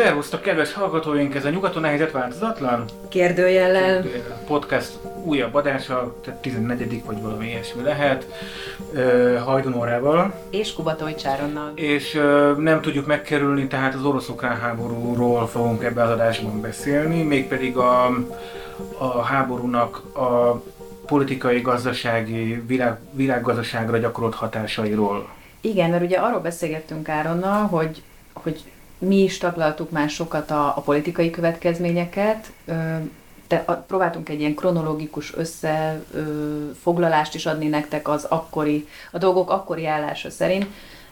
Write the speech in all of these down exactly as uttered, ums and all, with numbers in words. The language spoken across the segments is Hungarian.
Szervusztok, kedves hallgatóink! Ez a Nyugaton a helyzet változatlan? Kérdőjellel. Podcast újabb adása, tehát tizennegyedik vagy valami ilyesmi lehet. Uh, Hajdú Nórával. És Kubatói Csáronnal. És uh, nem tudjuk megkerülni, tehát az orosz-ukrán háborúról fogunk ebben az adásban beszélni, mégpedig a, a háborúnak a politikai, gazdasági, világ, világgazdaságra gyakorolt hatásairól. Igen, mert ugye arról beszélgettünk Áronnal, hogy, hogy mi is taglaltuk már sokat a, a politikai következményeket, de próbáltunk egy ilyen kronológikus összefoglalást is adni nektek az akkori, a dolgok akkori állása szerint,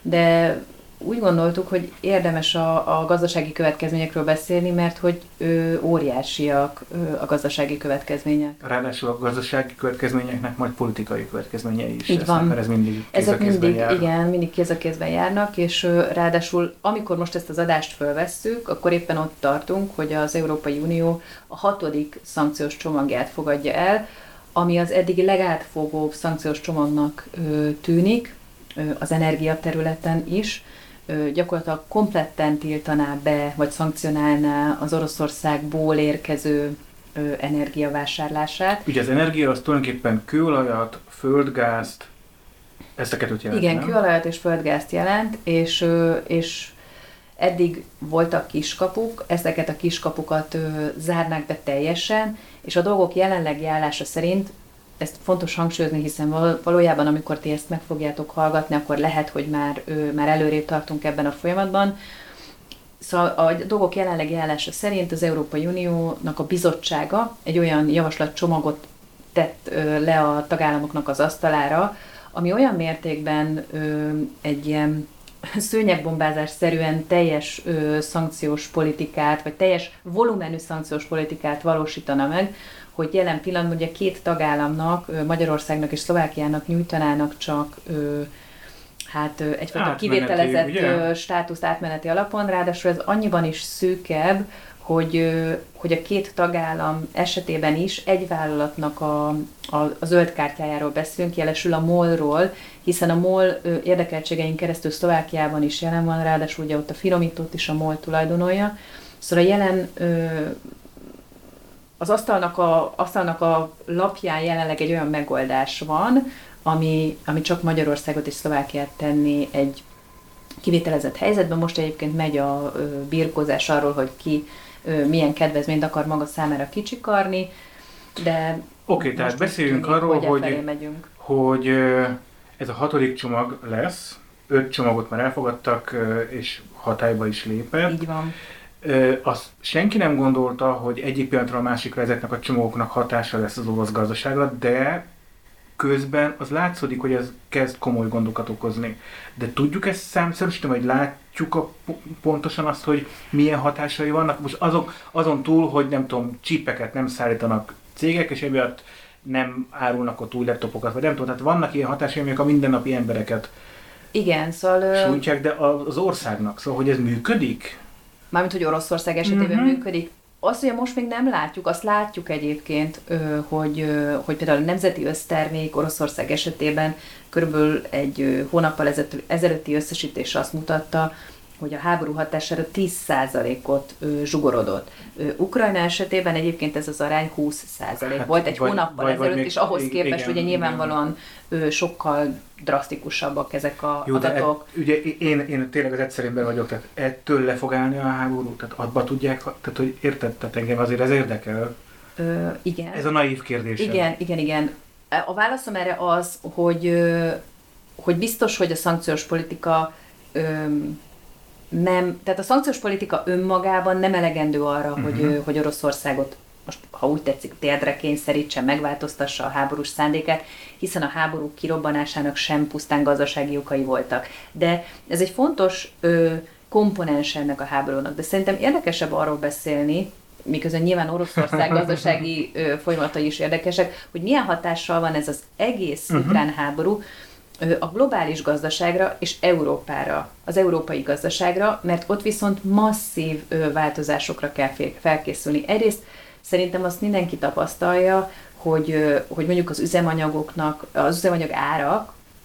de úgy gondoltuk, hogy érdemes a, a gazdasági következményekről beszélni, mert hogy ö, óriásiak ö, a gazdasági következmények. Ráadásul a gazdasági következményeknek majd politikai következményei is. Így van. Mert ez mindig kéz Ezek a kézben mindig, jár. igen, mindig kéz a kézben járnak, és ö, ráadásul amikor most ezt az adást fölvesszük, akkor éppen ott tartunk, hogy az Európai Unió a hatodik szankciós csomagját fogadja el, ami az eddigi legátfogóbb szankciós csomagnak ö, tűnik, ö, az energia területen is. Gyakorlatilag kompletten tiltaná be, vagy szankcionálná az Oroszországból érkező ö, energiavásárlását. Ugye az energia az tulajdonképpen kőolajat, földgázt, ezt a kettőt jelent, Igen, nem? kőolajat és földgázt jelent, és, ö, és eddig voltak kiskapuk, ezeket a kiskapukat ö, zárnák be teljesen, és a dolgok jelenlegi állása szerint, ezt fontos hangsúlyozni, hiszen valójában, amikor ti ezt meg fogjátok hallgatni, akkor lehet, hogy már, ő, már előrébb tartunk ebben a folyamatban. Szóval a dolgok jelenlegi állása szerint az Európai Uniónak a bizottsága egy olyan javaslatcsomagot tett ö, le a tagállamoknak az asztalára, ami olyan mértékben ö, egy ilyen szőnyegbombázás-szerűen teljes ö, szankciós politikát, vagy teljes volumenű szankciós politikát valósítana meg, hogy jelen pillanatban ugye két tagállamnak, Magyarországnak és Szlovákiának nyújtanának csak ö, hát ö, egyfajta átmeneti, kivételezett ugye? státuszt átmeneti alapon, ráadásul ez annyiban is szűkebb, hogy, ö, hogy a két tagállam esetében is egy vállalatnak a, a, a zöld kártyájáról beszélünk, jelesül a MOL-ról, hiszen a MOL ö, érdekeltségeink keresztül Szlovákiában is jelen van, ráadásul ugye ott a finomítót is a MOL tulajdonolja. Szóval a jelen ö, Az asztalnak a, asztalnak a lapján jelenleg egy olyan megoldás van, ami, ami csak Magyarországot és Szlovákiát tenni egy kivételezett helyzetben. Most egyébként megy a ö, birkózás arról, hogy ki ö, milyen kedvezményt akar maga számára kicsikarni, de Oké, okay, tehát beszéljünk arról, hogy, hogy ez a hatodik csomag lesz, öt csomagot már elfogadtak, és hatályba is lépett. Így van. Ö, azt senki nem gondolta, hogy egyik pillanatra a másikra ezeknek a csomagoknak hatása lesz az orosz gazdaságra, de közben az látszódik, hogy ez kezd komoly gondokat okozni. De tudjuk ezt számszerűsíteni, vagy látjuk a, pontosan azt, hogy milyen hatásai vannak? Most azok, azon túl, hogy nem tudom, csipeket nem szállítanak cégek, és emiatt nem árulnak ott új laptopokat, vagy nem tudom, tehát vannak ilyen hatásai, amik a mindennapi embereket Igen, szóval sújtják, de az országnak, szóval, hogy ez működik? Mármint, hogy Oroszország esetében uh-huh. működik. Azt, hogy most még nem látjuk, azt látjuk egyébként, hogy, hogy például a nemzeti össztermék Oroszország esetében körülbelül egy hónappal ezelőtti összesítés azt mutatta, hogy a háború hatására tíz százalékot zsugorodott. Ukrajna esetében egyébként ez az arány húsz százalék hát, volt egy vagy, hónappal vagy, ezelőtt, vagy és ahhoz képest igen, ugye nyilvánvalóan igen. sokkal drasztikusabbak ezek a Jó, adatok. De e, ugye én, én tényleg az egyszerű ember vagyok, tehát ettől le fog állni a háború, tehát abba tudják, tehát hogy érted, tehát engem azért ez érdekel. Ö, igen. Ez a naív kérdés. Igen, igen, igen. A válaszom erre az, hogy, hogy biztos, hogy a szankciós politika nem, tehát a szankciós politika önmagában nem elegendő arra, uh-huh. hogy, hogy Oroszországot, most, ha úgy tetszik, térdre kényszerítse, megváltoztassa a háborús szándékát, hiszen a háború kirobbanásának sem pusztán gazdasági okai voltak. De ez egy fontos ö, komponens ennek a háborúnak. De szerintem érdekesebb arról beszélni, miközben nyilván Oroszország gazdasági ö, folyamatai is érdekesek, hogy milyen hatással van ez az egész uh-huh. ukrán háború a globális gazdaságra és Európára, az európai gazdaságra, mert ott viszont masszív változásokra kell felkészülni. Egyrészt szerintem azt mindenki tapasztalja, hogy, hogy mondjuk az üzemanyagoknak, az üzemanyag árak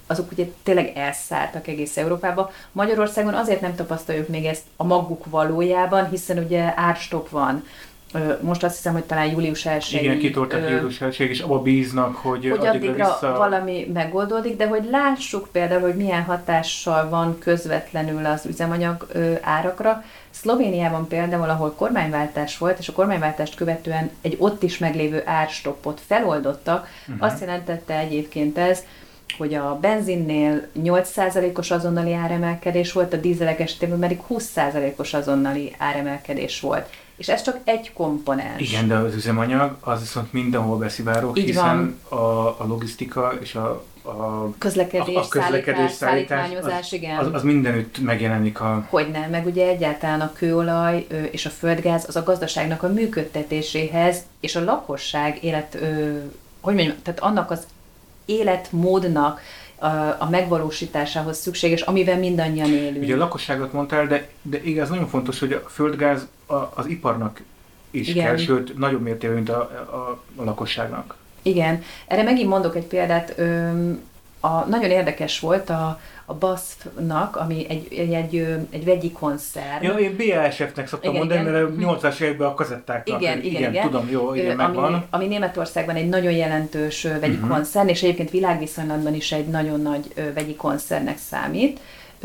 azok ugye tényleg elszálltak egész Európába. Magyarországon azért nem tapasztaljuk még ezt a maguk valójában, hiszen ugye árstop van. Most azt hiszem, hogy talán július elsejéig. Igen, kitolták július elsejéig, és abba bíznak, hogy, hogy addigra vissza... valami megoldódik, de hogy lássuk például, hogy milyen hatással van közvetlenül az üzemanyag árakra. Szlovéniában például, ahol kormányváltás volt, és a kormányváltást követően egy ott is meglévő árstoppot feloldottak, uh-huh. azt jelentette egyébként ez, hogy a benzinnél nyolc százalékos azonnali áremelkedés volt, a dízelek esetében pedig húsz százalékos azonnali áremelkedés volt. És ez csak egy komponens. Igen, de az üzemanyag az viszont mindenhol beszivárog, hiszen a, a logisztika és a, a közlekedés, a, a közlekedés szállítás, szállítmányozás, az, igen. Az, az mindenütt megjelenik a... Hogyne, meg ugye egyáltalán a kőolaj és a földgáz az a gazdaságnak a működtetéséhez és a lakosság élet, hogy mondjam, tehát annak az életmódnak a, a megvalósításához szükséges, amivel mindannyian élünk. Ugye a lakosságot mondtál, de, de igaz, nagyon fontos, hogy a földgáz a, az iparnak is igen. kell, sőt, nagyobb mértékben, mint a, a, a lakosságnak. Igen. Erre megint mondok egy példát. Öm, a, nagyon érdekes volt a, a bé á es ef-nak, ami egy, egy, egy, egy vegyi koncern. Ja, én bé á es ef-nek szoktam igen, mondani, igen. mert a nyolcvanas években a kazettáknak. Igen, igen, igen, igen. Tudom, jó, igen, ami, megvan. Ami Németországban egy nagyon jelentős vegyi uh-huh. koncern, és egyébként világviszonylatban is egy nagyon nagy vegyi koncernnek számít.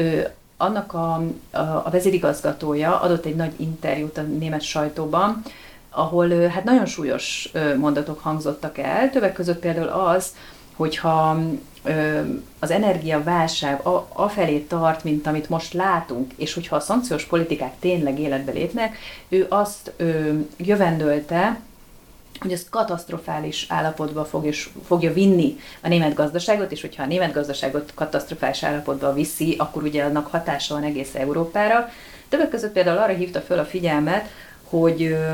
Annak a, a, a vezérigazgatója adott egy nagy interjút a német sajtóban, ahol hát nagyon súlyos mondatok hangzottak el, többek között például az, hogyha az energiaválság afelé tart, mint amit most látunk, és hogyha a szankciós politikák tényleg életbe lépnek, ő azt ö, jövendölte, hogy ez katasztrofális állapotba fog, és fogja vinni a német gazdaságot, és hogyha a német gazdaságot katasztrofális állapotba viszi, akkor ugye annak hatása van egész Európára. Többek között például arra hívta föl a figyelmet, hogy ö,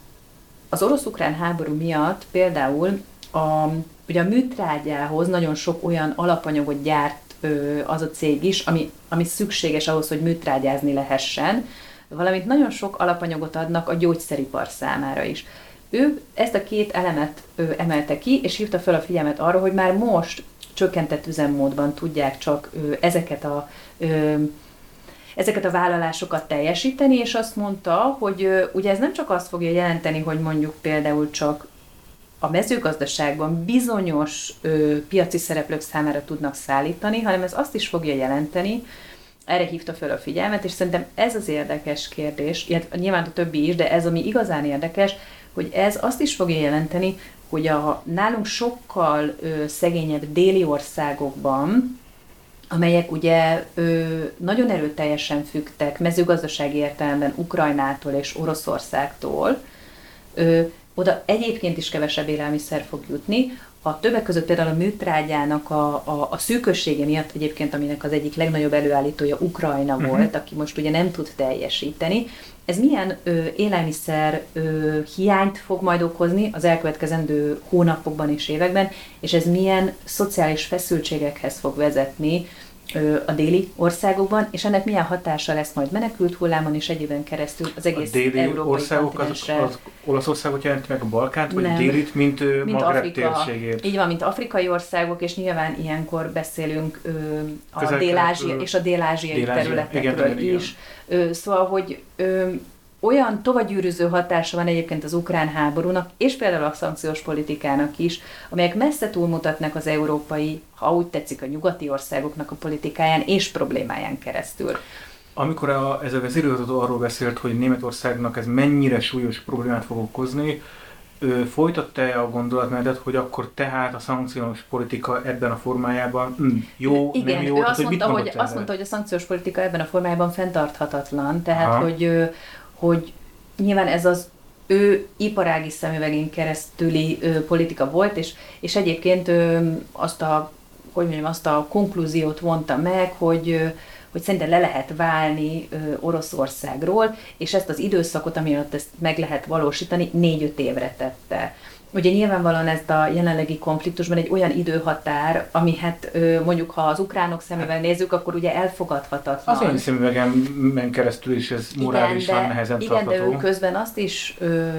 az orosz-ukrán háború miatt például a ugye a műtrágyához nagyon sok olyan alapanyagot gyárt ö, az a cég is, ami, ami szükséges ahhoz, hogy műtrágyázni lehessen, valamint nagyon sok alapanyagot adnak a gyógyszeripar számára is. Ő ezt a két elemet ö, emelte ki, és hívta fel a figyelmet arra, hogy már most csökkentett üzemmódban tudják csak ö, ezeket a ö, ezeket a vállalásokat teljesíteni, és azt mondta, hogy ö, ugye ez nem csak azt fogja jelenteni, hogy mondjuk például csak a mezőgazdaságban bizonyos ö, piaci szereplők számára tudnak szállítani, hanem ez azt is fogja jelenteni, erre hívta fel a figyelmet, és szerintem ez az érdekes kérdés, illetve nyilván a többi is, de ez ami igazán érdekes, hogy ez azt is fogja jelenteni, hogy a nálunk sokkal ö, szegényebb déli országokban, amelyek ugye ö, nagyon erőteljesen függtek mezőgazdasági értelemben Ukrajnától és Oroszországtól, ö, oda egyébként is kevesebb élelmiszer fog jutni. A többek között például a műtrágyának a, a, a szűkössége miatt egyébként, aminek az egyik legnagyobb előállítója Ukrajna uh-huh. volt, aki most ugye nem tud teljesíteni. Ez milyen ö, élelmiszer ö, hiányt fog majd okozni az elkövetkezendő hónapokban és években, és ez milyen szociális feszültségekhez fog vezetni a déli országokban, és ennek milyen hatása lesz majd menekült hullámon és egyébben keresztül az egész európai kontinensre. A déli országok az, az Olaszországot jelenti meg a Balkánt, vagy nem. délit, mint, mint Magreb Afrika, térségét? Így van, mint afrikai országok, és nyilván ilyenkor beszélünk ö, a dél-ázsia és a dél-ázsiai dél-ázsia. területekről igen, is. Igen. Ö, szóval, hogy ö, olyan tovagyűrűző hatása van egyébként az ukrán háborúnak, és például a szankciós politikának is, amelyek messze túlmutatnak az európai, ha úgy tetszik, a nyugati országoknak a politikáján és problémáján keresztül. Amikor a, ez a vezérigazgató arról beszélt, hogy Németországnak ez mennyire súlyos problémát fog okozni, ő folytatta-e a gondolatmenetet, hogy akkor tehát a szankciós politika ebben a formájában hm, jó, igen, nem jó? Ő tehát, azt, hogy mondta, hogy, azt mondta, hogy a szankciós politika ebben a formájában fenntarthatatlan, tehát Aha. hogy hogy nyilván ez az ő iparági szemüvegén keresztüli ö, politika volt, és, és egyébként ö, azt a, hogy mondjam, azt a konklúziót vonta meg, hogy, ö, hogy szerintem le lehet válni ö, Oroszországról, és ezt az időszakot, ami ott ezt meg lehet valósítani, négy-öt évre tette. Ugye nyilvánvalóan ezt a jelenlegi konfliktusban egy olyan időhatár, ami hát mondjuk, ha az ukránok szemével nézzük, akkor ugye elfogadhatatlan. Az én szemüvegen keresztül is ez morálisan nehezen igen, tartható. Igen, de ő közben azt is, ö,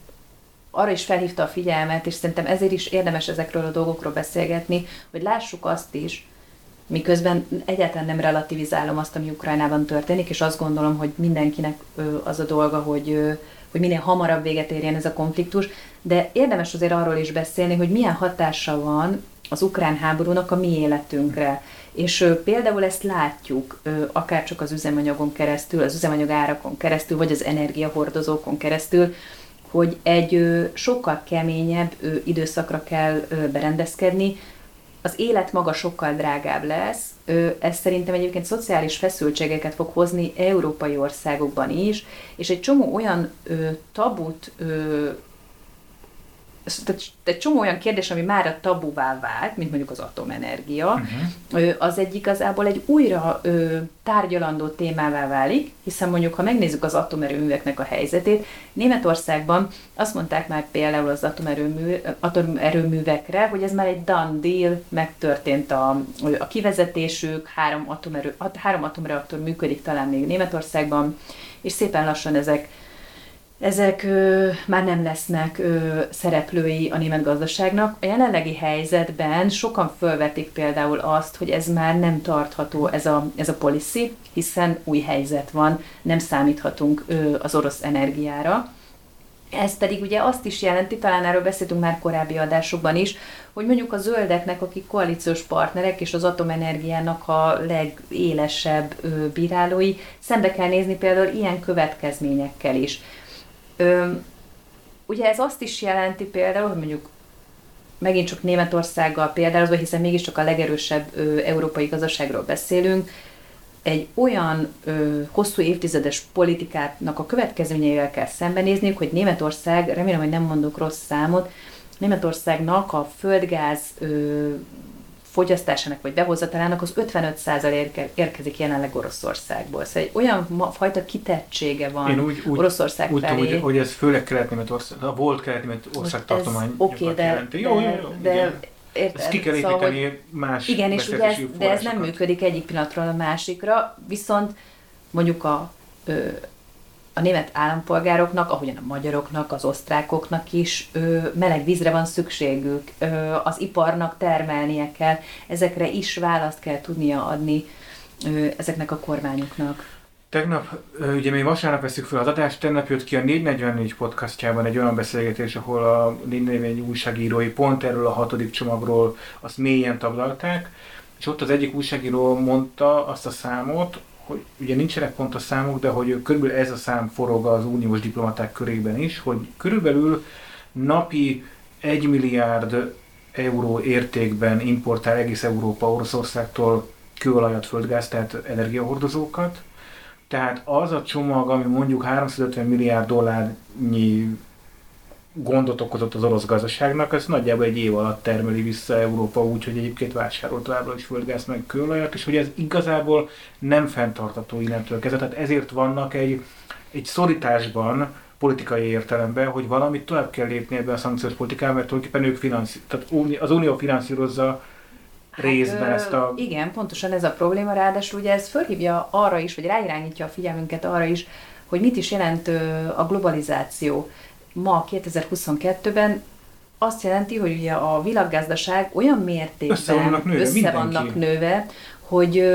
arra is felhívta a figyelmet, és szerintem ezért is érdemes ezekről a dolgokról beszélgetni, hogy lássuk azt is, miközben egyáltalán nem relativizálom azt, ami Ukrajnában történik, és azt gondolom, hogy mindenkinek az a dolga, hogy, hogy minél hamarabb véget érjen ez a konfliktus, de érdemes azért arról is beszélni, hogy milyen hatása van az ukrán háborúnak a mi életünkre. És ö, például ezt látjuk, ö, akár csak az üzemanyagon keresztül, az üzemanyag árakon keresztül, vagy az energiahordozókon keresztül, hogy egy ö, sokkal keményebb ö, időszakra kell ö, berendezkedni, az élet maga sokkal drágább lesz, ö, ez szerintem egyébként szociális feszültségeket fog hozni európai országokban is, és egy csomó olyan ö, tabut, ö, egy csomó olyan kérdés, ami már a tabuvá vált, mint mondjuk az atomenergia, uh-huh. az egy igazából egy újra ö, tárgyalandó témává válik, hiszen mondjuk, ha megnézzük az atomerőműveknek a helyzetét, Németországban azt mondták már például az atomerőmű, atomerőművekre, hogy ez már egy done deal, megtörtént a, a kivezetésük, három, atomerő, három atomreaktor működik talán még Németországban, és szépen lassan ezek Ezek ö, már nem lesznek ö, szereplői a német gazdaságnak. A jelenlegi helyzetben sokan fölvetik például azt, hogy ez már nem tartható, ez a, ez a policy, hiszen új helyzet van, nem számíthatunk ö, az orosz energiára. Ez pedig ugye azt is jelenti, talán erről beszéltünk már korábbi adásokban is, hogy mondjuk a zöldeknek, akik koalíciós partnerek és az atomenergiának a legélesebb ö, bírálói, szembe kell nézni például ilyen következményekkel is. Ö, ugye ez azt is jelenti például, hogy mondjuk megint csak Németországgal példálozva, hiszen mégiscsak a legerősebb ö, európai gazdaságról beszélünk, egy olyan ö, hosszú évtizedes politikának a következményeivel kell szembenézniük, hogy Németország, remélem, hogy nem mondok rossz számot, Németországnak a földgáz ö, fogyasztásának vagy behozatalának az ötvenöt százalék érkezik jelenleg Oroszországból. Szóval egy olyan ma, fajta kitettsége van Én úgy, úgy, Oroszország úgy felé. Úgy, hogy ez főleg Kelet-Németország, a volt Kelet-Németország tartomány okay, de, jelenti. Jó, jó, jó, de, igen. Érted? Ezt ki kell építeni szóval, más igen, és ugye ez, de ez nem működik egyik pillanatról a másikra, viszont mondjuk a, a német állampolgároknak, ahogyan a magyaroknak, az osztrákoknak is meleg vízre van szükségük, az iparnak termelnie kell, ezekre is választ kell tudnia adni ezeknek a kormányoknak. Tegnap, ugye mi vasárnap veszük fel az adást, tegnap jött ki a négyszáznegyvennégy podcastjában egy olyan beszélgetés, ahol a négyszáznegyvennégy újságírói pont erről a hatodik csomagról azt mélyen taglalták, és ott az egyik újságíró mondta azt a számot, hogy ugye nincsenek pontos számok, de hogy körülbelül ez a szám forog az uniós diplomaták körében is, hogy körülbelül napi egy milliárd euró értékben importál egész Európa Oroszországtól kőolajat, földgázt, tehát energiahordozókat. Tehát az a csomag, ami mondjuk háromszázötven milliárd dollárnyi gondot okozott az orosz gazdaságnak, ez nagyjából egy év alatt termeli vissza Európa úgy, hogy egyébként vásárol továbbra is földgázt meg kőolajat, és hogy ez igazából nem fenntartható innentől kezdve. Tehát ezért vannak egy, egy szorításban, politikai értelemben, hogy valamit tovább kell lépni ebben a szankciós politikában, mert tulajdonképpen ők finanszírozzák, tehát az Unió finanszírozza részben hát, ezt a... Igen, pontosan ez a probléma, ráadásul ugye ez fölhívja arra is, vagy ráirányítja a figyelmünket arra is, hogy mit is jelent a globalizáció. Ma kétezer-huszonkettőben azt jelenti, hogy ugye a világgazdaság olyan mértékben össze vannak nőve, össze vannak nőve, hogy,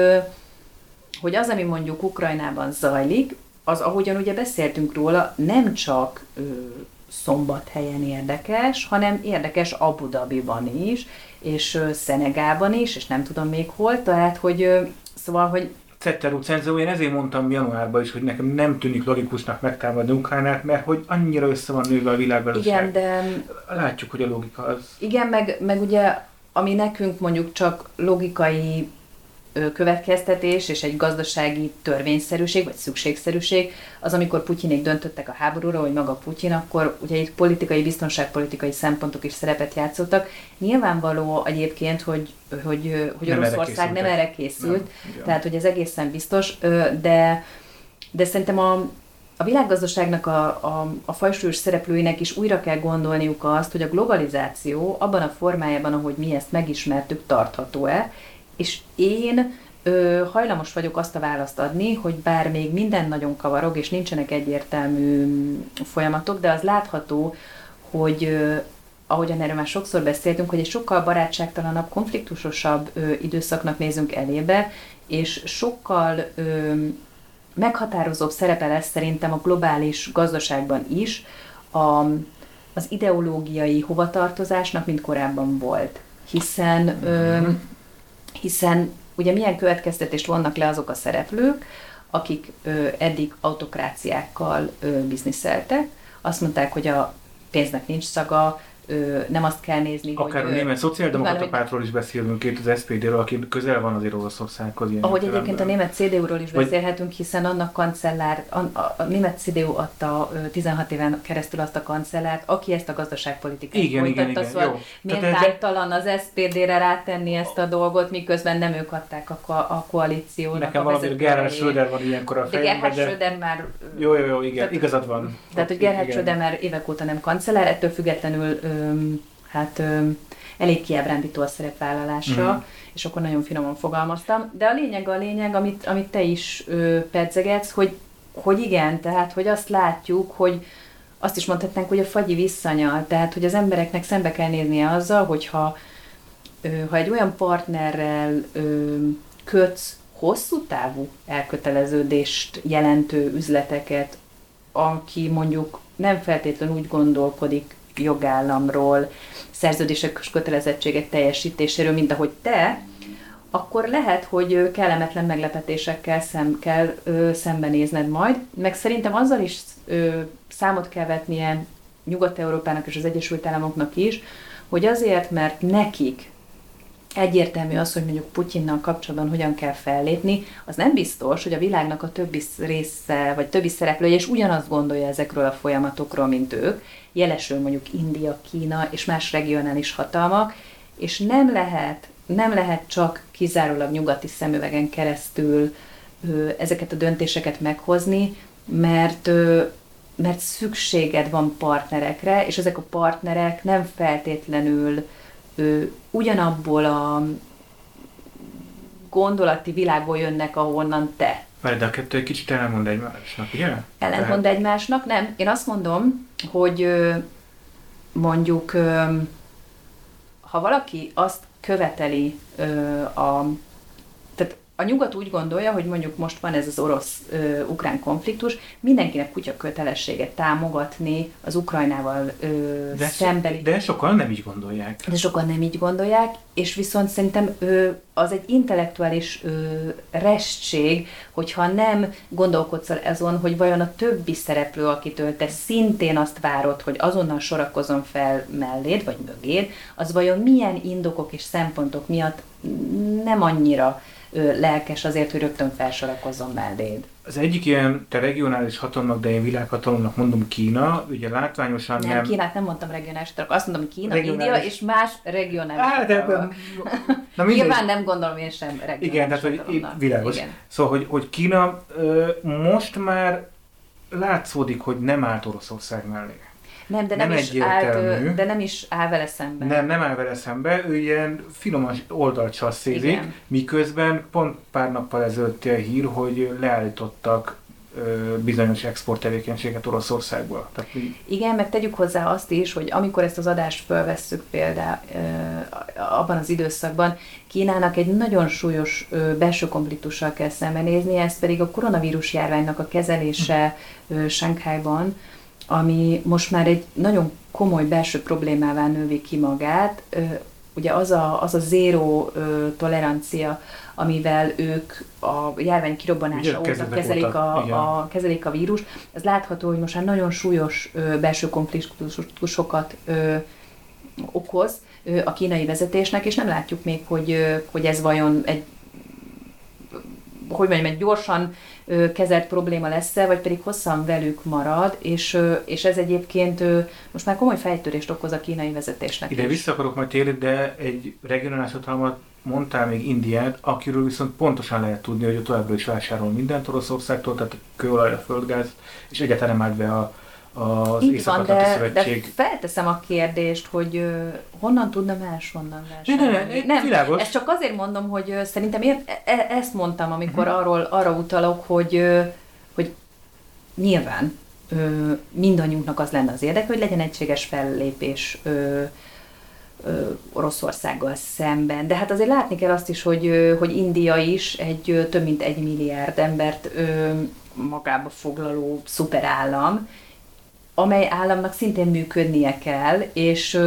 hogy az, ami mondjuk Ukrajnában zajlik, az, ahogyan ugye beszéltünk róla, nem csak Szombathelyen érdekes, hanem érdekes Abu Dhabiban is, és Szenegálban is, és nem tudom még hol, tehát, hogy szóval, hogy Cetterú Cenzó, én ezért mondtam januárban is, hogy nekem nem tűnik logikusnak megtámadni Ukrajnát, mert hogy annyira össze van nőve a világgazdaság. Igen, de... Látjuk, hogy a logika az... Igen, meg, meg ugye, ami nekünk mondjuk csak logikai következtetés és egy gazdasági törvényszerűség, vagy szükségszerűség, az amikor Putyinék döntöttek a háborúra, vagy maga Putyin, akkor ugye itt politikai, biztonságpolitikai szempontok is szerepet játszottak. Nyilvánvaló egyébként, hogy, hogy, hogy Oroszország nem erre készült, nem, tehát hogy ez egészen biztos, de, de szerintem a, a világgazdaságnak a, a, a fajsúlyos szereplőinek is újra kell gondolniuk azt, hogy a globalizáció abban a formájában, ahogy mi ezt megismertük, tartható-e, és én ö, hajlamos vagyok azt a választ adni, hogy bár még minden nagyon kavarog, és nincsenek egyértelmű folyamatok, de az látható, hogy ö, ahogyan erről már sokszor beszéltünk, hogy egy sokkal barátságtalanabb, konfliktusosabb ö, időszaknak nézünk elébe, és sokkal ö, meghatározóbb szerepe lesz szerintem a globális gazdaságban is a, az ideológiai hovatartozásnak, mint korábban volt. Hiszen, ö, hiszen ugye milyen következtetést vonnak le azok a szereplők, akik ö, eddig autokráciákkal ö, bizniszeltek. Azt mondták, hogy a pénznek nincs szaga, ö, nem azt kell nézni, akár hogy... a német szociáldemokrata pártról is beszélünk, itt az es pé dé-ről, aki közel van azért Oroszországhoz. Ahogy egyébként a német cé dé u-ról is vagy... beszélhetünk, hiszen annak kancellár, a, a, a német cé dé u adta tizenhat éven keresztül azt a kancellárt, aki ezt a gazdaságpolitikát igen, folytatta, igen, szóval igen, miért tájtalan az es pé dé-re rátenni ezt a dolgot, miközben nem ők adták a, ko- a koalíciónak. Nekem valami Gerhard Schröder van ilyenkor a fejemben, de... Gerhard Schröder már... Jó, jó, jó, igen, tehát, igazad van. Tehát, hogy Gerhard Schröder már évek óta nem kancellár, ettől függetlenül öm, hát öm, elég kiábrándító a szerepvállalása, mm. és akkor nagyon finoman fogalmaztam. De a lényeg a lényeg, amit, amit te is ö, pedzegetsz, hogy, hogy igen, tehát, hogy azt látjuk, hogy azt is mondhatnánk, hogy a fagyi visszanyal, tehát, hogy az embereknek szembe kell néznie azzal, hogyha ö, ha egy olyan partnerrel ö, kötsz hosszú távú elköteleződést jelentő üzleteket, aki mondjuk nem feltétlenül úgy gondolkodik jogállamról, szerződések és kötelezettségek teljesítéséről, mint ahogy te, akkor lehet, hogy kellemetlen meglepetésekkel szem, kell ö, szembenézned majd, meg szerintem azzal is ö, számot kell vetnie Nyugat-Európának és az Egyesült Államoknak is, hogy azért, mert nekik egyértelmű az, hogy mondjuk Putyinnal kapcsolatban hogyan kell fellépni, az nem biztos, hogy a világnak a többi része, vagy többi szereplője is ugyanazt gondolja ezekről a folyamatokról, mint ők, jelesül mondjuk India, Kína és más regionális hatalmak, és nem lehet, nem lehet csak kizárólag nyugati szemüvegen keresztül ö, ezeket a döntéseket meghozni, mert, ö, mert szükséged van partnerekre, és ezek a partnerek nem feltétlenül ö, ugyanabból a gondolati világból jönnek, ahonnan te. Várj, de a kettő egy kicsit ellentmond egymásnak, ugye? Ellentmond Tehát... egymásnak? Nem. Én azt mondom, hogy ö, mondjuk, ö, ha valaki azt követeli ö, a... Tehát a nyugat úgy gondolja, hogy mondjuk most van ez az orosz-ukrán konfliktus, mindenkinek kutya kötelessége támogatni az Ukrajnával ö, de szembeni... De sokan nem így gondolják. De sokan nem így gondolják, és viszont szerintem ö, az egy intellektuális ö, restség, hogyha nem gondolkodsz azon, hogy vajon a többi szereplő, akitől te szintén azt várod, hogy azonnal sorakozom fel melléd, vagy mögéd, az vajon milyen indokok és szempontok miatt nem annyira ö, lelkes azért, hogy rögtön felsorakozzon melléd. Az egyik ilyen, te regionális hatalomnak, de én világhatalomnak mondom Kína, ugye látványosan nem... Nem, Kínát nem mondtam regionális hatalomnak, azt mondom Kína, regionális... India és más regionális Á, de, hatalomnak. Na, Nyilván nem gondolom én sem regionális igen, tehát hogy itt világos. Igen. Szóval, hogy, hogy Kína ö, most már látszódik, hogy nem állt Oroszország mellé. Nem, de nem, nem is állt, de nem is áll vele szembe. Nem, nem áll vele szembe, ő ilyen finoman oldalt csasszézik, miközben pont pár nappal ezelőtt a hír, hogy leállítottak ö, bizonyos exporttevékenységet Oroszországból. Tehát, igen, meg tegyük hozzá azt is, hogy amikor ezt az adást fölvesszük például abban az időszakban, Kínának egy nagyon súlyos ö, belső konfliktussal kell szembenézni, ez pedig a koronavírus járványnak a kezelése ö, Shanghaiban, ami most már egy nagyon komoly belső problémává növi ki magát. Ugye az a, az a zéró tolerancia, amivel ők a járvány kirobbanása óta kezelik a, a, kezelik a vírus, ez látható, hogy most már nagyon súlyos belső konfliktusokat okoz a kínai vezetésnek, és nem látjuk még, hogy, hogy ez vajon egy hogy mondjam, egy gyorsan ö, kezelt probléma lesz-e, vagy pedig hosszan velük marad, és, ö, és ez egyébként ö, most már komoly fejtörést okoz a kínai vezetésnek Ide is. vissza akarok majd térni, de egy regionális hatalmat mondtál még Indiát, akiről viszont pontosan lehet tudni, hogy ő továbbra is vásárol mindent Oroszországtól, tehát kőolaj, a földgáz, és egyáltalán nem állt be a az Észak-Atlanti Szövetség. De felteszem a kérdést, hogy uh, honnan tudna máshonnan vásárolni. Ne, ne, ne, nem, ezt csak azért mondom, hogy uh, szerintem én e- ezt mondtam, amikor uh-huh. arról, arra utalok, hogy, uh, hogy nyilván uh, mindannyiunknak az lenne az érdeke, hogy legyen egységes fellépés uh, Oroszországgal szemben. De hát azért látni kell azt is, hogy, hogy India is egy több mint egy milliárd embert magába foglaló szuperállam, amely államnak szintén működnie kell, és,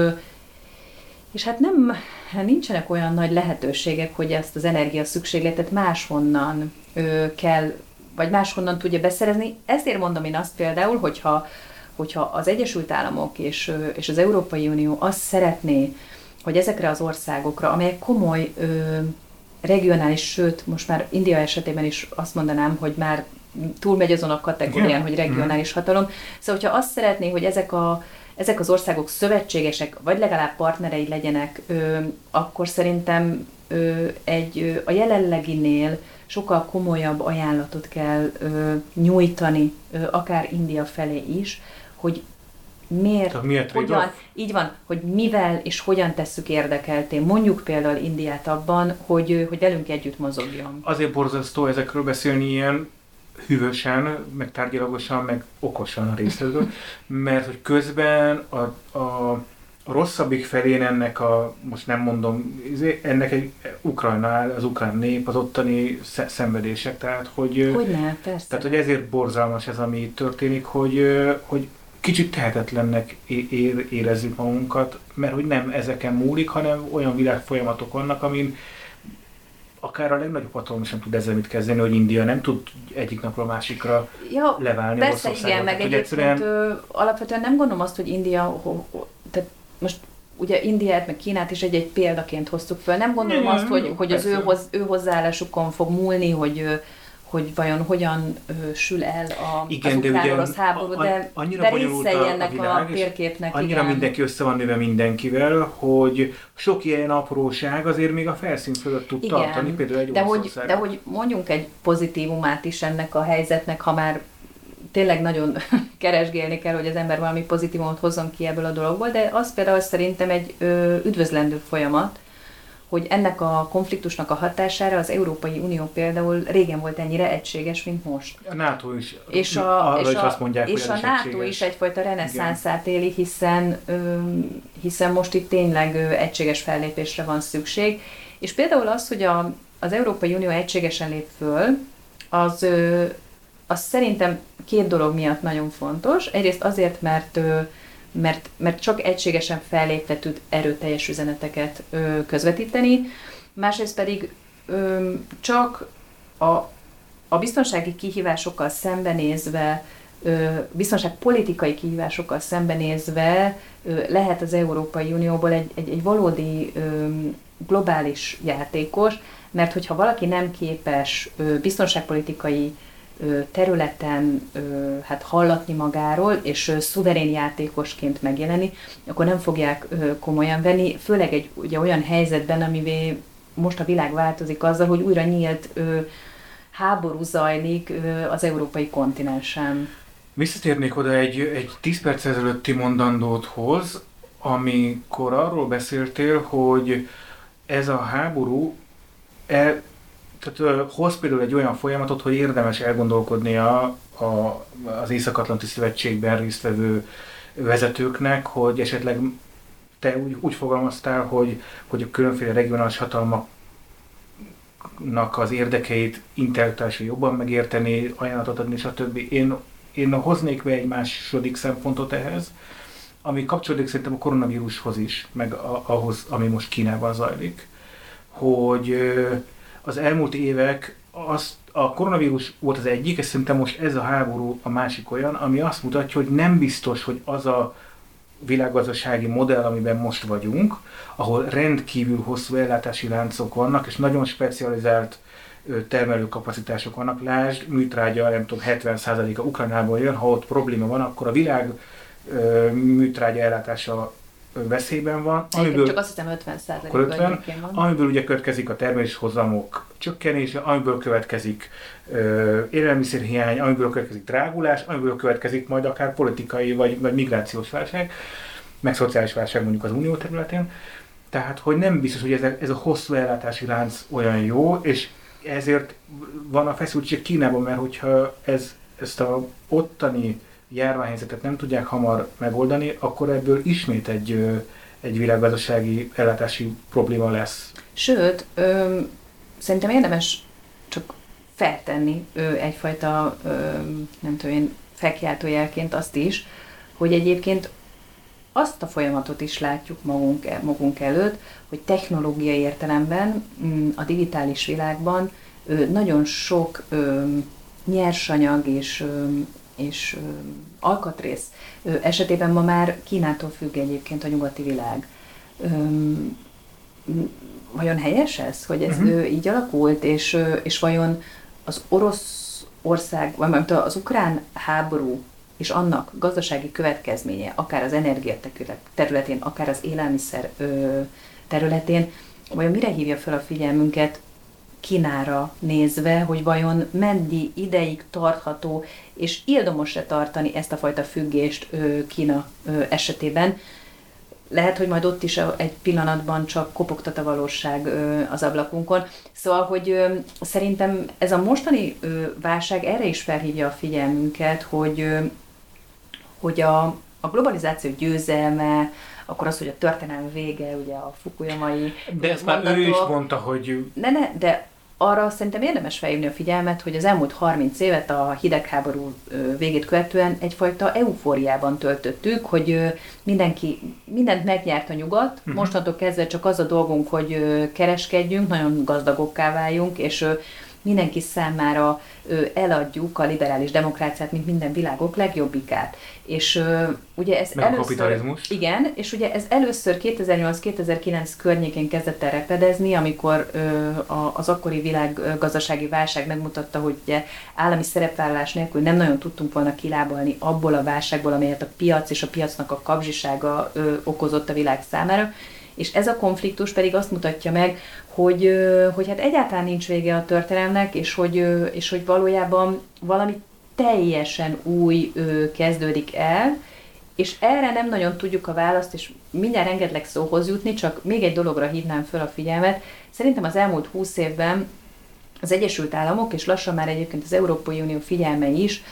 és hát nem, nincsenek olyan nagy lehetőségek, hogy ezt az energia szükségletet máshonnan kell, vagy máshonnan tudja beszerezni. Ezért mondom én azt például, hogyha, hogyha az Egyesült Államok és, és az Európai Unió azt szeretné, hogy ezekre az országokra, amelyek komoly ö, regionális, sőt, most már India esetében is azt mondanám, hogy már túlmegy azon a kategórián, igen, hogy regionális hatalom. Szóval, hogyha azt szeretné, hogy ezek, a, ezek az országok szövetségesek, vagy legalább partnerei legyenek, ö, akkor szerintem ö, egy, ö, a jelenleginél sokkal komolyabb ajánlatot kell ö, nyújtani, ö, akár India felé is, hogy miért, miért hogyan, így van, hogy mivel és hogyan tesszük érdekelté, mondjuk például Indiát abban, hogy, hogy velünk együtt mozogjon. Azért borzasztó ezekről beszélni ilyen hűvösen, meg tárgyalagosan, meg okosan a részletről, mert hogy közben a, a, a rosszabbik felén ennek a, most nem mondom, ennek egy Ukrajna áll, az ukrán nép, az ottani szenvedések, tehát hogy, Hogyne, persze. Tehát, hogy ezért borzalmas ez, ami itt történik, hogy, hogy kicsit tehetetlennek érezzük magunkat, mert hogy nem ezeken múlik, hanem olyan világfolyamatok vannak, amin akár a legnagyobb hatalom sem tud ezzel mit kezdeni, hogy India nem tud egyik napról a másikra ja, leválni. Persze, igen, meg egyébként egyszerűen... ö, alapvetően nem gondolom azt, hogy India, ho, ho, tehát most ugye Indiát, meg Kínát is egy-egy példaként hoztuk föl. Nem gondolom igen, azt, hogy, hogy az ő, hoz, ő hozzáállásukon fog múlni, hogy hogy vajon hogyan ö, sül el a, igen, az ukrán-orosz háború, de, de részei ennek a, a térképnek. Annyira igen. mindenki össze van nőve mindenkivel, hogy sok ilyen apróság azért még a felszín fölött tud igen, tartani, például egy de hogy, de hogy mondjunk egy pozitívumát is ennek a helyzetnek, ha már tényleg nagyon keresgélni kell, hogy az ember valami pozitívumot hozzon ki ebből a dologból, de az például szerintem egy ö, üdvözlendő folyamat, hogy ennek a konfliktusnak a hatására az Európai Unió például régen volt ennyire egységes, mint most. A NATO is, és a, és is a, azt mondják, és a NATO egységes. is egyfajta reneszánszát éli, hiszen, ö, hiszen most itt tényleg ö, egységes fellépésre van szükség. És például az, hogy a, az Európai Unió egységesen lép föl, az, ö, az szerintem két dolog miatt nagyon fontos. Egyrészt azért, mert ö, Mert, mert csak egységesen fellépve tud erőteljes üzeneteket ö, közvetíteni, másrészt pedig ö, csak a, a biztonsági kihívásokkal szembenézve, ö, biztonságpolitikai kihívásokkal szembenézve ö, lehet az Európai Unióból egy, egy, egy valódi ö, globális játékos, mert hogyha valaki nem képes ö, biztonságpolitikai területen hát hallatni magáról, és szuverén játékosként megjelenni, akkor nem fogják komolyan venni, főleg egy ugye, olyan helyzetben, amivé most a világ változik azzal, hogy újra nyílt háború zajlik az európai kontinensen. Visszatérnék oda egy, egy tíz perc ezelőtti mondandóthoz, amikor arról beszéltél, hogy ez a háború el, tehát hoz például egy olyan folyamatot, hogy érdemes elgondolkodni a, a, az Észak-Atlanti Szövetségben résztvevő vezetőknek, hogy esetleg te úgy, úgy fogalmaztál, hogy, hogy a különféle regionális hatalmaknak az érdekeit intellektuálisan jobban megérteni, ajánlatot adni, stb. Én, én hoznék be egy második szempontot ehhez, ami kapcsolódik szerintem a koronavírushoz is, meg a, ahhoz, ami most Kínában zajlik, hogy az elmúlt évek, az, a koronavírus volt az egyik, és szerintem most ez a háború a másik olyan, ami azt mutatja, hogy nem biztos, hogy az a világgazdasági modell, amiben most vagyunk, ahol rendkívül hosszú ellátási láncok vannak, és nagyon specializált termelőkapacitások vannak. Lásd, műtrágya, nem tudom, hetven százaléka Ukrajnából jön, ha ott probléma van, akkor a világ műtrágya ellátása veszélyben van. Amiből, csak azt hiszem ötven százalék van. Amiből ugye következik a termeléshozamok csökkenése, amiből következik ö, élelmiszerhiány, amiből következik drágulás, amiből következik majd akár politikai vagy, vagy migrációs válság, meg szociális válság mondjuk az unió területén. Tehát, hogy nem biztos, hogy ez a, ez a hosszú ellátási lánc olyan jó, és ezért van a feszültség Kínában, mert hogyha ez, ezt a ottani járványhelyzetet nem tudják hamar megoldani, akkor ebből ismét egy, egy világgazdasági ellátási probléma lesz. Sőt, ö, szerintem érdemes csak feltenni ö, egyfajta, ö, nem tudom én, felkiáltójelként azt is, hogy egyébként azt a folyamatot is látjuk magunk, magunk előtt, hogy technológiai értelemben a digitális világban nagyon sok nyersanyag és, és alkatrész esetében ma már Kínától függ egyébként a nyugati világ. Vajon helyes ez, hogy ez uh-huh. így alakult, és, és vajon az Oroszország, vagy az ukrán háború és annak gazdasági következménye, akár az energia területén, akár az élelmiszer területén, vajon mire hívja fel a figyelmünket Kínára nézve, hogy vajon mennyi ideig tartható, és érdemes-e tartani ezt a fajta függést Kína esetében. Lehet, hogy majd ott is egy pillanatban csak kopogtat a valóság az ablakunkon. Szóval, hogy szerintem ez a mostani válság erre is felhívja a figyelmünket, hogy hogy a, a globalizáció győzelme, akkor az, hogy a történelem vége, ugye a Fukuyamai De ezt már ő is mondta, hogy... Ne, ne, de arra szerintem érdemes felhívni a figyelmet, hogy az elmúlt harminc évet a hidegháború végét követően egyfajta eufóriában töltöttük, hogy mindenki, mindent megnyert a nyugat, uh-huh. mostantól kezdve csak az a dolgunk, hogy kereskedjünk, nagyon gazdagokká váljunk, és mindenki számára ö, eladjuk a liberális demokráciát, mint minden világok legjobbikát. És ö, ugye ez Meg először... Igen, és ugye ez először kétezer-nyolc-kétezer-kilenc környékén kezdett el repedezni, amikor ö, a, az akkori világgazdasági válság megmutatta, hogy ugye állami szerepvállalás nélkül nem nagyon tudtunk volna kilábalni abból a válságból, amelyet a piac és a piacnak a kapzsisága ö, okozott a világ számára. És ez a konfliktus pedig azt mutatja meg, hogy, hogy hát egyáltalán nincs vége a történelemnek, és hogy, és hogy valójában valami teljesen új kezdődik el, és erre nem nagyon tudjuk a választ, és mindjárt engedlek szóhoz jutni, csak még egy dologra hívnám föl a figyelmet. Szerintem az elmúlt húsz évben az Egyesült Államok, és lassan már egyébként az Európai Unió figyelme is,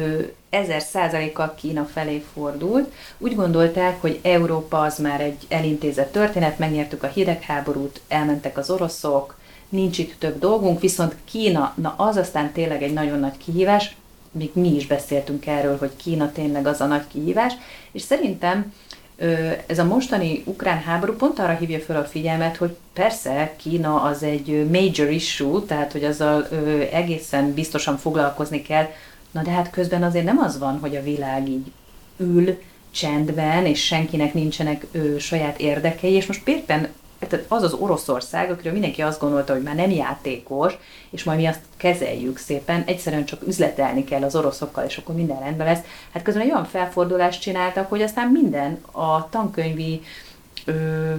ezer százalékkal Kína felé fordult. Úgy gondolták, hogy Európa az már egy elintézett történet, megnyertük a hidegháborút, elmentek az oroszok, nincs itt több dolgunk, viszont Kína, na az aztán tényleg egy nagyon nagy kihívás, még mi is beszéltünk erről, hogy Kína tényleg az a nagy kihívás, és szerintem ez a mostani ukrán háború pont arra hívja fel a figyelmet, hogy persze Kína az egy major issue, tehát hogy azzal egészen biztosan foglalkozni kell. Na de hát közben azért nem az van, hogy a világ így ül csendben, és senkinek nincsenek ö, saját érdekei, és most éppen az az Oroszország, akiről mindenki azt gondolta, hogy már nem játékos, és majd mi azt kezeljük szépen, egyszerűen csak üzletelni kell az oroszokkal, és akkor minden rendben lesz. Hát közben egy olyan felfordulást csináltak, hogy aztán minden a tankönyvi ö,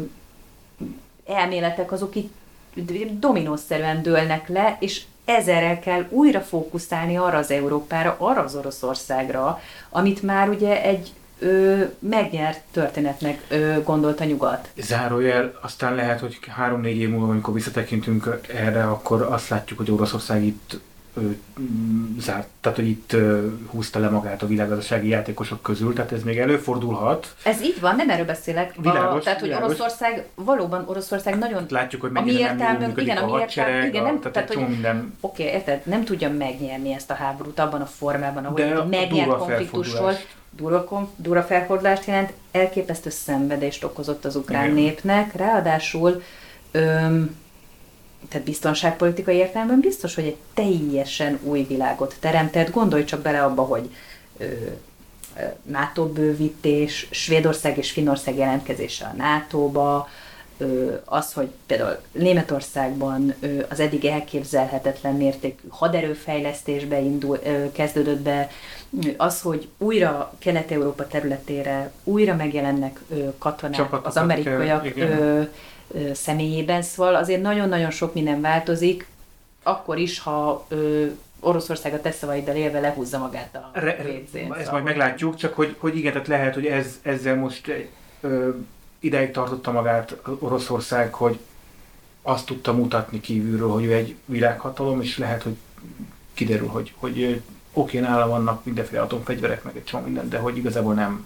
elméletek azok így dominószerűen dőlnek le, és ezerrel kell újra fókuszálni arra az Európára, arra az Oroszországra, amit már ugye egy ö, megnyert történetnek ö, gondolt a nyugat. Zárójel, aztán lehet, hogy három-négy év múlva, amikor visszatekintünk erre, akkor azt látjuk, hogy Oroszország itt ö, zárt, tehát hogy itt ö, húzta le magát a világgazdasági játékosok közül, tehát ez még előfordulhat. Ez így van, nem erről beszélek. Világos, a, tehát, hogy világos. Oroszország, valóban Oroszország nagyon... Látjuk, hogy mennyire nem jól működik a hadsereg, igen, nem, tehát, tehát hogy, minden... Oké, okay, érted, nem tudja megnyerni ezt a háborút abban a formában, ahol egy megnyert konfliktusról, durva, durva felfordulást jelent, elképesztő szenvedést okozott az ukrán igen. népnek, ráadásul öm, tehát biztonságpolitikai értelemben biztos, hogy egy teljesen új világot teremtett. Gondolj csak bele abba, hogy ö, NATO bővítés, Svédország és Finnország jelentkezése a nátóba, ö, az, hogy például Németországban ö, az eddig elképzelhetetlen mértékű haderőfejlesztésbe indul, ö, kezdődött be, az, hogy újra Kelet-Európa területére újra megjelennek ö, katonák, Csapatokat az amerikaiak ö, ö, személyében, szóval azért nagyon-nagyon sok minden változik, akkor is, ha ö, Oroszország a te szavaiddal élve lehúzza magát a vécén. Ezt majd meglátjuk, csak hogy, hogy igen, tehát lehet, hogy ez, ezzel most ö, ideig tartotta magát Oroszország, hogy azt tudta mutatni kívülről, hogy ő egy világhatalom, és lehet, hogy kiderül, hogy, hogy oké, nála vannak mindenféle atomfegyverek, meg egy csomó minden, de hogy igazából nem.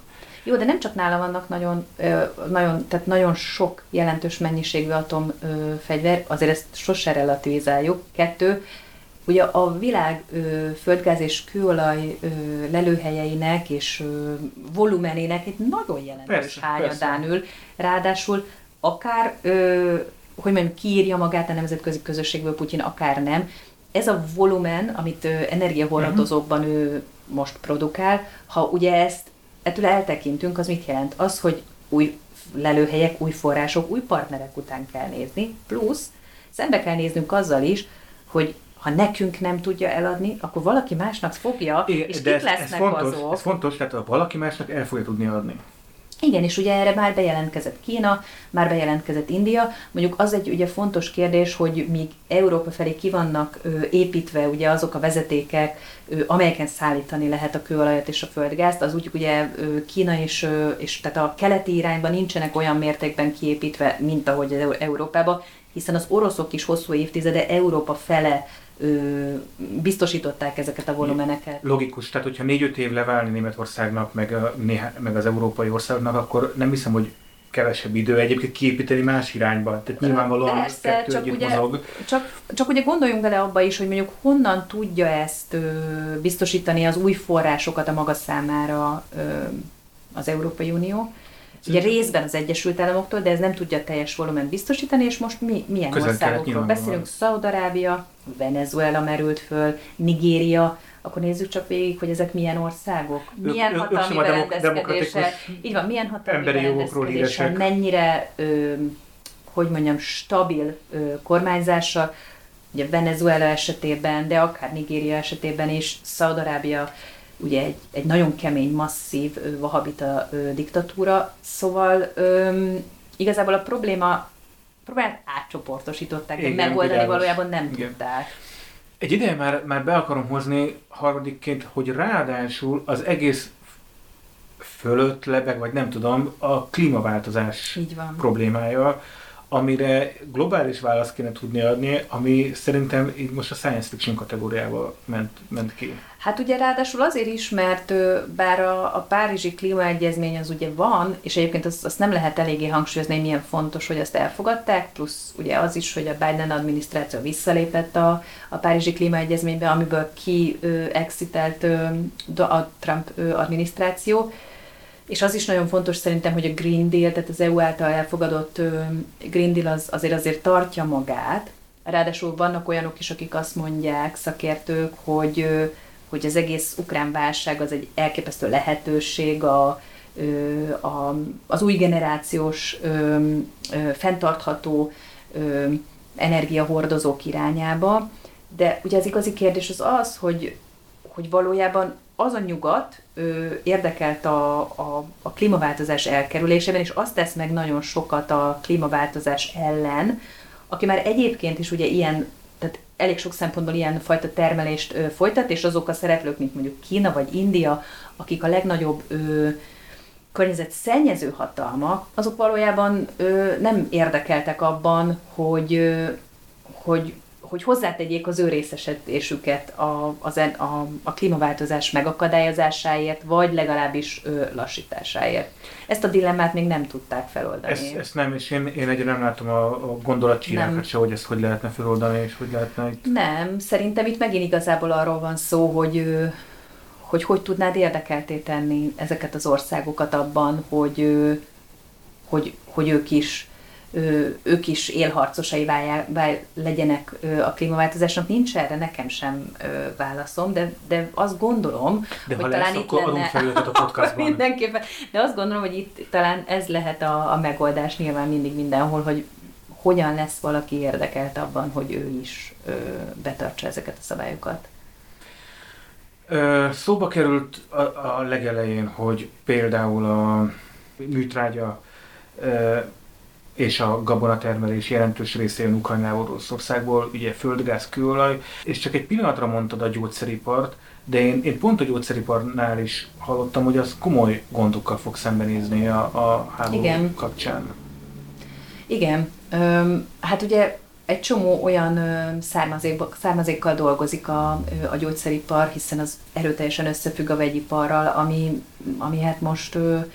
Jó, de nem csak nála vannak nagyon, nagyon, tehát nagyon sok jelentős mennyiségű atomfegyver, azért ezt sose relativizáljuk. Kettő, ugye a világ ö, földgáz és kőolaj ö, lelőhelyeinek és ö, volumenének egy nagyon jelentős Persze, hányadán persze. ül. Ráadásul akár, ö, hogy mondjam, kiírja magát a nemzetközi közösségből Putyin, akár nem. Ez a volumen, amit ö, energiahordozókban ő most produkál, ha ugye ezt ettől eltekintünk, az mit jelent? Az, hogy új lelőhelyek, új források, új partnerek után kell nézni, plusz szembe kell néznünk azzal is, hogy ha nekünk nem tudja eladni, akkor valaki másnak fogja, Igen, és de kik ez, ez lesznek fontos, azok. ez fontos, tehát ha valaki másnak el fogja tudni adni. Igen, és ugye erre már bejelentkezett Kína, már bejelentkezett India. Mondjuk az egy ugye fontos kérdés, hogy míg Európa felé ki vannak ö, építve ugye azok a vezetékek, ö, amelyeken szállítani lehet a kőolajat és a földgázt, az úgy ugye ö, Kína és, ö, és tehát a keleti irányban nincsenek olyan mértékben kiépítve, mint ahogy az Európában, hiszen az oroszok is hosszú évtizede Európa fele ö, biztosították ezeket a volumeneket. Logikus, tehát hogyha négy-öt év leválni Németországnak, meg, a, néha, meg az európai országoknak, akkor nem hiszem, hogy kevesebb idő egyébként kiépíteni más irányba. Tehát nyilvánvalóan Persze, kettő csak együtt ugye, mozog. Csak, csak ugye gondoljunk bele abba is, hogy mondjuk honnan tudja ezt ö, biztosítani az új forrásokat a maga számára ö, az Európai Unió. Ugye részben az Egyesült Államoktól, de ez nem tudja a teljes volumen biztosítani, és most mi, milyen Közel-Kelet országokról nyilvánvalóan. beszélünk? Szaúd-Arábia, Venezuela merült föl, Nigéria, akkor nézzük csak végig, hogy ezek milyen országok, milyen ők- ők hatalmi sem a demok- berendezkedéssel, demokratikus így van, milyen hatalmi emberi jogokról berendezkedéssel, híresek. mennyire, ö, hogy mondjam, stabil ö, kormányzással, ugye Venezuela esetében, de akár Nigéria esetében is, Szaúd-Arábia ugye egy, egy nagyon kemény, masszív ö, vahabita ö, diktatúra, szóval ö, igazából a probléma problémát átcsoportosították, de Igen, megoldani világos. valójában nem Igen. tudták. Egy ideje már, már be akarom hozni harmadikként, hogy ráadásul az egész fölött lebeg, vagy nem tudom, a klímaváltozás Így van. problémája, amire globális választ kéne tudni adni, ami szerintem így most a science fiction kategóriába ment, ment ki. Hát ugye ráadásul azért is, mert ö, bár a, a Párizsi Klímaegyezmény az ugye van, és egyébként azt, azt nem lehet eléggé hangsúlyozni, hogy milyen fontos, hogy azt elfogadták, plusz ugye az is, hogy a Biden adminisztráció visszalépett a, a Párizsi Klímaegyezménybe, amiből ki ö, exitelt ö, a Trump ö, adminisztráció. És az is nagyon fontos szerintem, hogy a Green Deal, tehát az é u által elfogadott ö, Green Deal az azért azért tartja magát. Ráadásul vannak olyanok is, akik azt mondják, szakértők, hogy ö, hogy az egész ukrán válság az egy elképesztő lehetőség a, ö, a, az új generációs ö, ö, fenntartható ö, energiahordozók irányába. De ugye az igazi kérdés az az, hogy, hogy valójában az a nyugat ö, érdekelt a, a, a klímaváltozás elkerülésében, és azt tesz meg nagyon sokat a klímaváltozás ellen, aki már egyébként is ugye ilyen, tehát elég sok szempontból ilyen fajta termelést ö, folytat, és azok a szereplők, mint mondjuk Kína vagy India, akik a legnagyobb ö, környezetszennyező hatalmak, azok valójában ö, nem érdekeltek abban, hogy, ö, hogy, hogy hozzátegyék az ő részesedésüket a, az, a, a klímaváltozás megakadályozásáért, vagy legalábbis ö, lassításáért. Ezt a dilemmát még nem tudták feloldani. Ezt, ezt nem, és én, én egyre nem látom a, a gondolatcsinákat se, hogy ezt hogy lehetne feloldani, és hogy lehetne itt... Nem, szerintem itt megint igazából arról van szó, hogy ö, hogy hogy tudnád érdekelté tenni ezeket az országokat abban, hogy, ö, hogy, hogy ők is ők is élharcosai válják, vál, legyenek a klímaváltozásnak. Nincs erre nekem sem válaszom, de, de azt gondolom, de hogy ha talán lesz, itt akkor lenne... adunk fel őket a podcastban. Mindenképpen. De azt gondolom, hogy itt talán ez lehet a, a megoldás nyilván mindig mindenhol, hogy hogyan lesz valaki érdekelt abban, hogy ő is ö, betartsa ezeket a szabályokat. Ö, szóba került a, a legelején, hogy például a műtrágya ö, és a gabonatermelés jelentős része jön Ukrajnából, Oroszországból, ugye földgáz, kőolaj, és csak egy pillanatra mondtad a gyógyszeripart, de én, én pont a gyógyszeriparnál is hallottam, hogy az komoly gondokkal fog szembenézni a, a háború Igen. kapcsán. Igen, Öm, hát ugye egy csomó olyan ö, származék, származékkal dolgozik a, ö, a gyógyszeripar, hiszen az erőteljesen összefügg a vegyiparral, ami, ami hát most ö,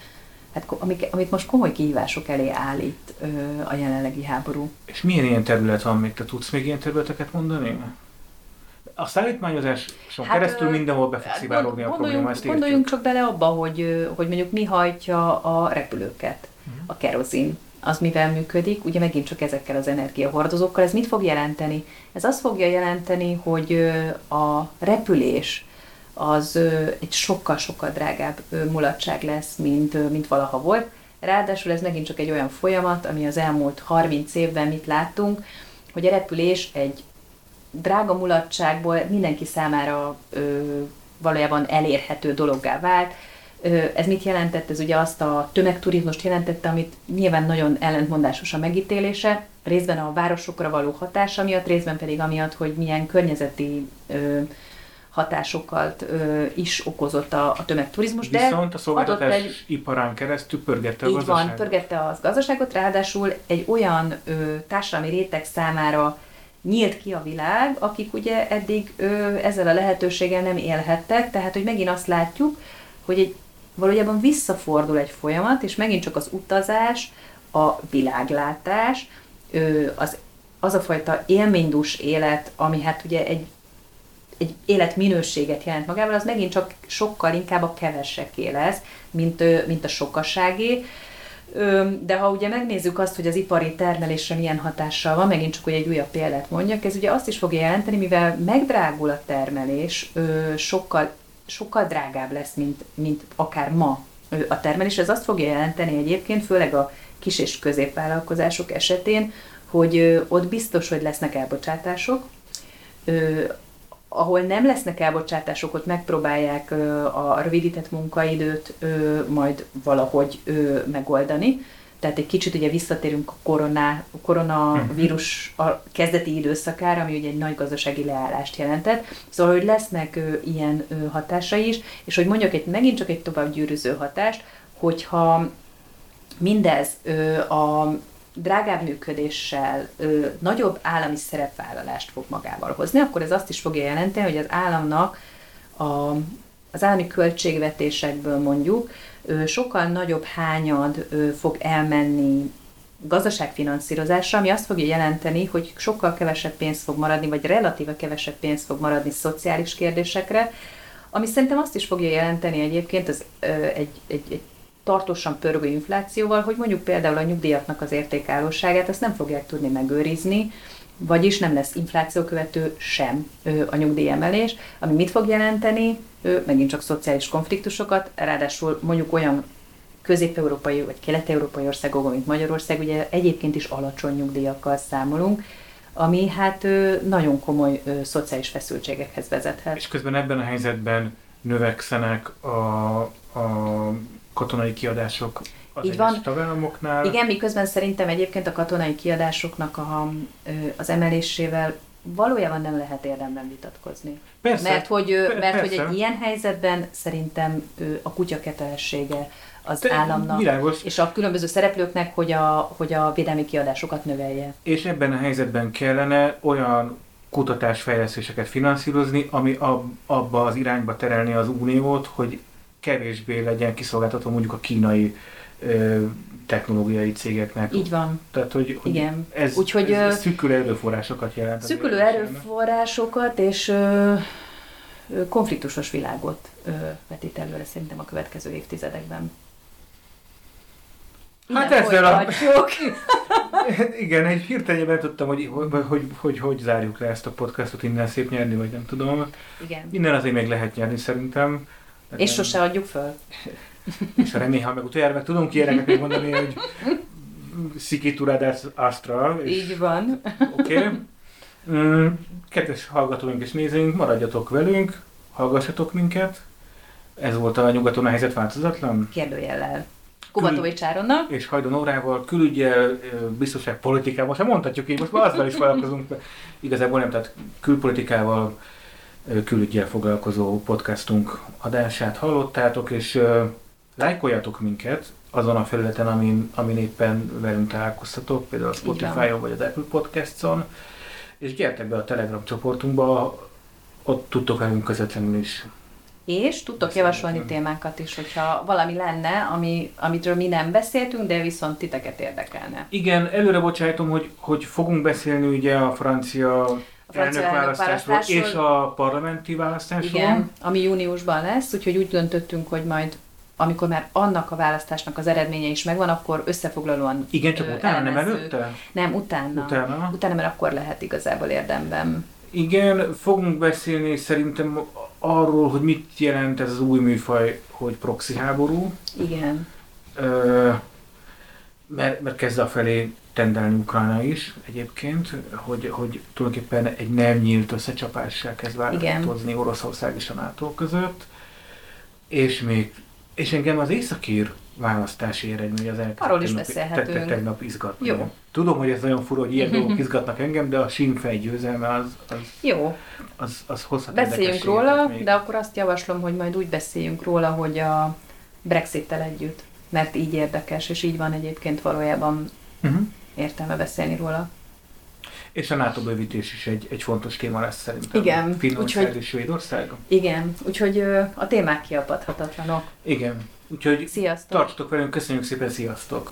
hát, amik, amit most komoly kihívások elé állít ö, a jelenlegi háború. És milyen ilyen terület van még? Te tudsz még ilyen területeket mondani? A szállítmányozáson hát, keresztül mindenhol be fog szivárogni a probléma, ezt Gondoljunk csak bele abba, hogy, hogy mondjuk mi hajtja a repülőket, uh-huh. a kerozin. Az mivel működik, ugye megint csak ezekkel az energiahordozókkal. Ez mit fog jelenteni? Ez azt fogja jelenteni, hogy a repülés az egy sokkal-sokkal drágább mulatság lesz, mint, mint valaha volt. Ráadásul ez megint csak egy olyan folyamat, ami az elmúlt harminc évben mit láttunk, hogy a repülés egy drága mulatságból mindenki számára ö, valójában elérhető dologgá vált. Ö, ez mit jelentett? Ez ugye azt a tömegturizmust jelentette, amit nyilván nagyon ellentmondásos a megítélése, részben a városokra való hatása miatt, részben pedig amiatt, hogy milyen környezeti ö, hatásokkal ö, is okozott a, a tömegturizmus. De viszont a szolgáltatás egy... iparán keresztül pörgette a így gazdaságot. Így van, pörgette a gazdaságot, ráadásul egy olyan ö, társadalmi réteg számára nyílt ki a világ, akik ugye eddig ö, ezzel a lehetőséggel nem élhettek, tehát hogy megint azt látjuk, hogy egy, valójában visszafordul egy folyamat, és megint csak az utazás, a világlátás, ö, az, az a fajta élménydús élet, ami hát ugye egy, egy életminőséget jelent magával, az megint csak sokkal inkább a kevesseké lesz, mint, ö, mint a sokaságé. De ha ugye megnézzük azt, hogy az ipari termelésre milyen hatással van, megint csak hogy egy újabb példát mondjak, ez ugye azt is fogja jelenteni, mivel megdrágul a termelés, sokkal, sokkal drágább lesz, mint, mint akár ma a termelés. Ez azt fogja jelenteni egyébként, főleg a kis és középvállalkozások esetén, hogy ott biztos, hogy lesznek elbocsátások, ahol nem lesznek elbocsátások, ott megpróbálják a rövidített munkaidőt majd valahogy megoldani. Tehát egy kicsit ugye visszatérünk a korona, koronavírus a kezdeti időszakára, ami ugye egy nagy gazdasági leállást jelentett. Szóval, hogy lesznek ilyen hatásai is, és hogy mondjak egy, megint csak egy tovább gyűrűző hatást, hogyha mindez a drágább működéssel ö, nagyobb állami szerepvállalást fog magával hozni, akkor ez azt is fogja jelenteni, hogy az államnak a, az állami költségvetésekből mondjuk ö, sokkal nagyobb hányad ö, fog elmenni gazdaságfinanszírozásra, ami azt fogja jelenteni, hogy sokkal kevesebb pénz fog maradni, vagy relatíve kevesebb pénz fog maradni szociális kérdésekre, ami szerintem azt is fogja jelenteni egyébként az, ö, egy, egy, egy tartósan pörgő inflációval, hogy mondjuk például a nyugdíjaknak az értékállóságát azt nem fogják tudni megőrizni, vagyis nem lesz inflációkövető sem a nyugdíjemelés, ami mit fog jelenteni? Megint csak szociális konfliktusokat, ráadásul mondjuk olyan közép-európai vagy kelet-európai országokban, mint Magyarország, ugye egyébként is alacsony nyugdíjakkal számolunk, ami hát nagyon komoly szociális feszültségekhez vezethet. És közben ebben a helyzetben növekszenek a, a katonai kiadások az így van. Tagállamoknál. Igen, miközben szerintem egyébként a katonai kiadásoknak a, az emelésével valójában nem lehet érdemben vitatkozni. Persze, mert hogy, mert persze. hogy egy ilyen helyzetben szerintem a kutya kötelessége az Te, államnak világos. és a különböző szereplőknek, hogy a, hogy a védelmi kiadásokat növelje. És ebben a helyzetben kellene olyan kutatásfejlesztéseket finanszírozni, ami ab, abba az irányba terelni az uniót, hogy kevésbé legyen kiszolgáltatva mondjuk a kínai ö, technológiai cégeknek. Így van. Tehát, hogy, hogy igen. ez, Úgyhogy, ez szűkülő erőforrásokat jelent. Szűkülő erőforrásokat és ö, ö, konfliktusos világot ö, vetít előre szerintem a következő évtizedekben. Hát ezzel a... Igen, egy hirtelen nem tudtam, hogy hogy, hogy, hogy hogy zárjuk le ezt a podcastot, innen szép nyerni, vagy nem tudom. Igen. Innen azért még lehet nyerni szerintem. És nem... sose adjuk föl. És a remény, ha meg utoljára meg tudunk ilyeneket még mondani, hogy Szikiturádász Astra. És... Így van. Oké. Okay. Mm, kedves hallgatóink és nézőink, maradjatok velünk, hallgassatok minket. Ez volt a Nyugaton a helyzet változatlan. Kérdőjellel. Kubatovics Áronnal. És Hajdon Órával, külügyel, biztonságpolitikával, most már mondhatjuk így, most már azzal is foglalkozunk, igazából nem, tehát külpolitikával, külügyel foglalkozó podcastunk adását hallottátok, és uh, lájkoljatok minket azon a felületen, amin, amin éppen velünk találkoztatok, például a Spotify-on vagy az Apple Podcast-on, és gyertek be a Telegram csoportunkba, ott tudtok velünk közvetlenül is És tudtok javasolni témákat is, hogyha valami lenne, ami, amitről mi nem beszéltünk, de viszont titeket érdekelne. Igen, előre bocsájtom, hogy, hogy fogunk beszélni ugye a francia, a francia elnökválasztásról és a parlamenti választásról. Igen, ami júniusban lesz, úgyhogy úgy döntöttünk, hogy majd amikor már annak a választásnak az eredménye is megvan, akkor összefoglalóan Igen, csak utána, nem előtte? Nem, utána. Utána? Utána, mert akkor lehet igazából érdemben. Igen, fogunk beszélni szerintem arról, hogy mit jelent ez az új műfaj, hogy proxy háború. Igen. Ö, mert, mert kezd a felé tendelni Ukrajna is egyébként, hogy, hogy tulajdonképpen egy nem nyílt összecsapással kezd változni Oroszország és a NATO között. És még és engem az északír választási eredmény az elkezdett arról is tegnap, beszélhetünk. te, te, tegnap izgatni. Jó. Tudom, hogy ez nagyon fura, hogy ilyen dolgok izgatnak engem, de a Sinn Féin győzelme az, az, Jó. az, az hozhat beszéljünk róla, még. De akkor azt javaslom, hogy majd úgy beszéljünk róla, hogy a Brexittel együtt, mert így érdekes, és így van egyébként valójában uh-huh. értelme beszélni róla. És a NATO bővítés is egy, egy fontos téma lesz szerintem. Igen. Finnország úgyhogy, és Svédország. Igen, úgyhogy a témák kiapadhatatlanok. Igen, úgyhogy sziasztok. Tartsatok velünk, köszönjük szépen, sziasztok!